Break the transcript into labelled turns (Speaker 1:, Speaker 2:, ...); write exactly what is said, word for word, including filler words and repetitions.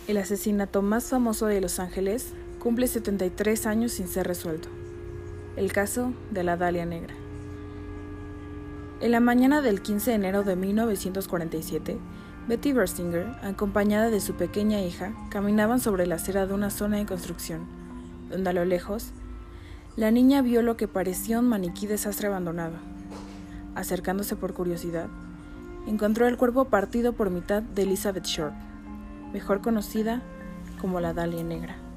Speaker 1: El asesinato más famoso de Los Ángeles cumple setenta y tres años sin ser resuelto. El caso de la Dalia Negra. En la mañana del quince de enero de mil novecientos cuarenta y siete, Betty Bersinger, acompañada de su pequeña hija, caminaban sobre la acera de una zona de construcción, donde a lo lejos, la niña vio lo que parecía un maniquí desastre abandonado. Acercándose por curiosidad, encontró el cuerpo partido por mitad de Elizabeth Short, mejor conocida como la Dalia Negra.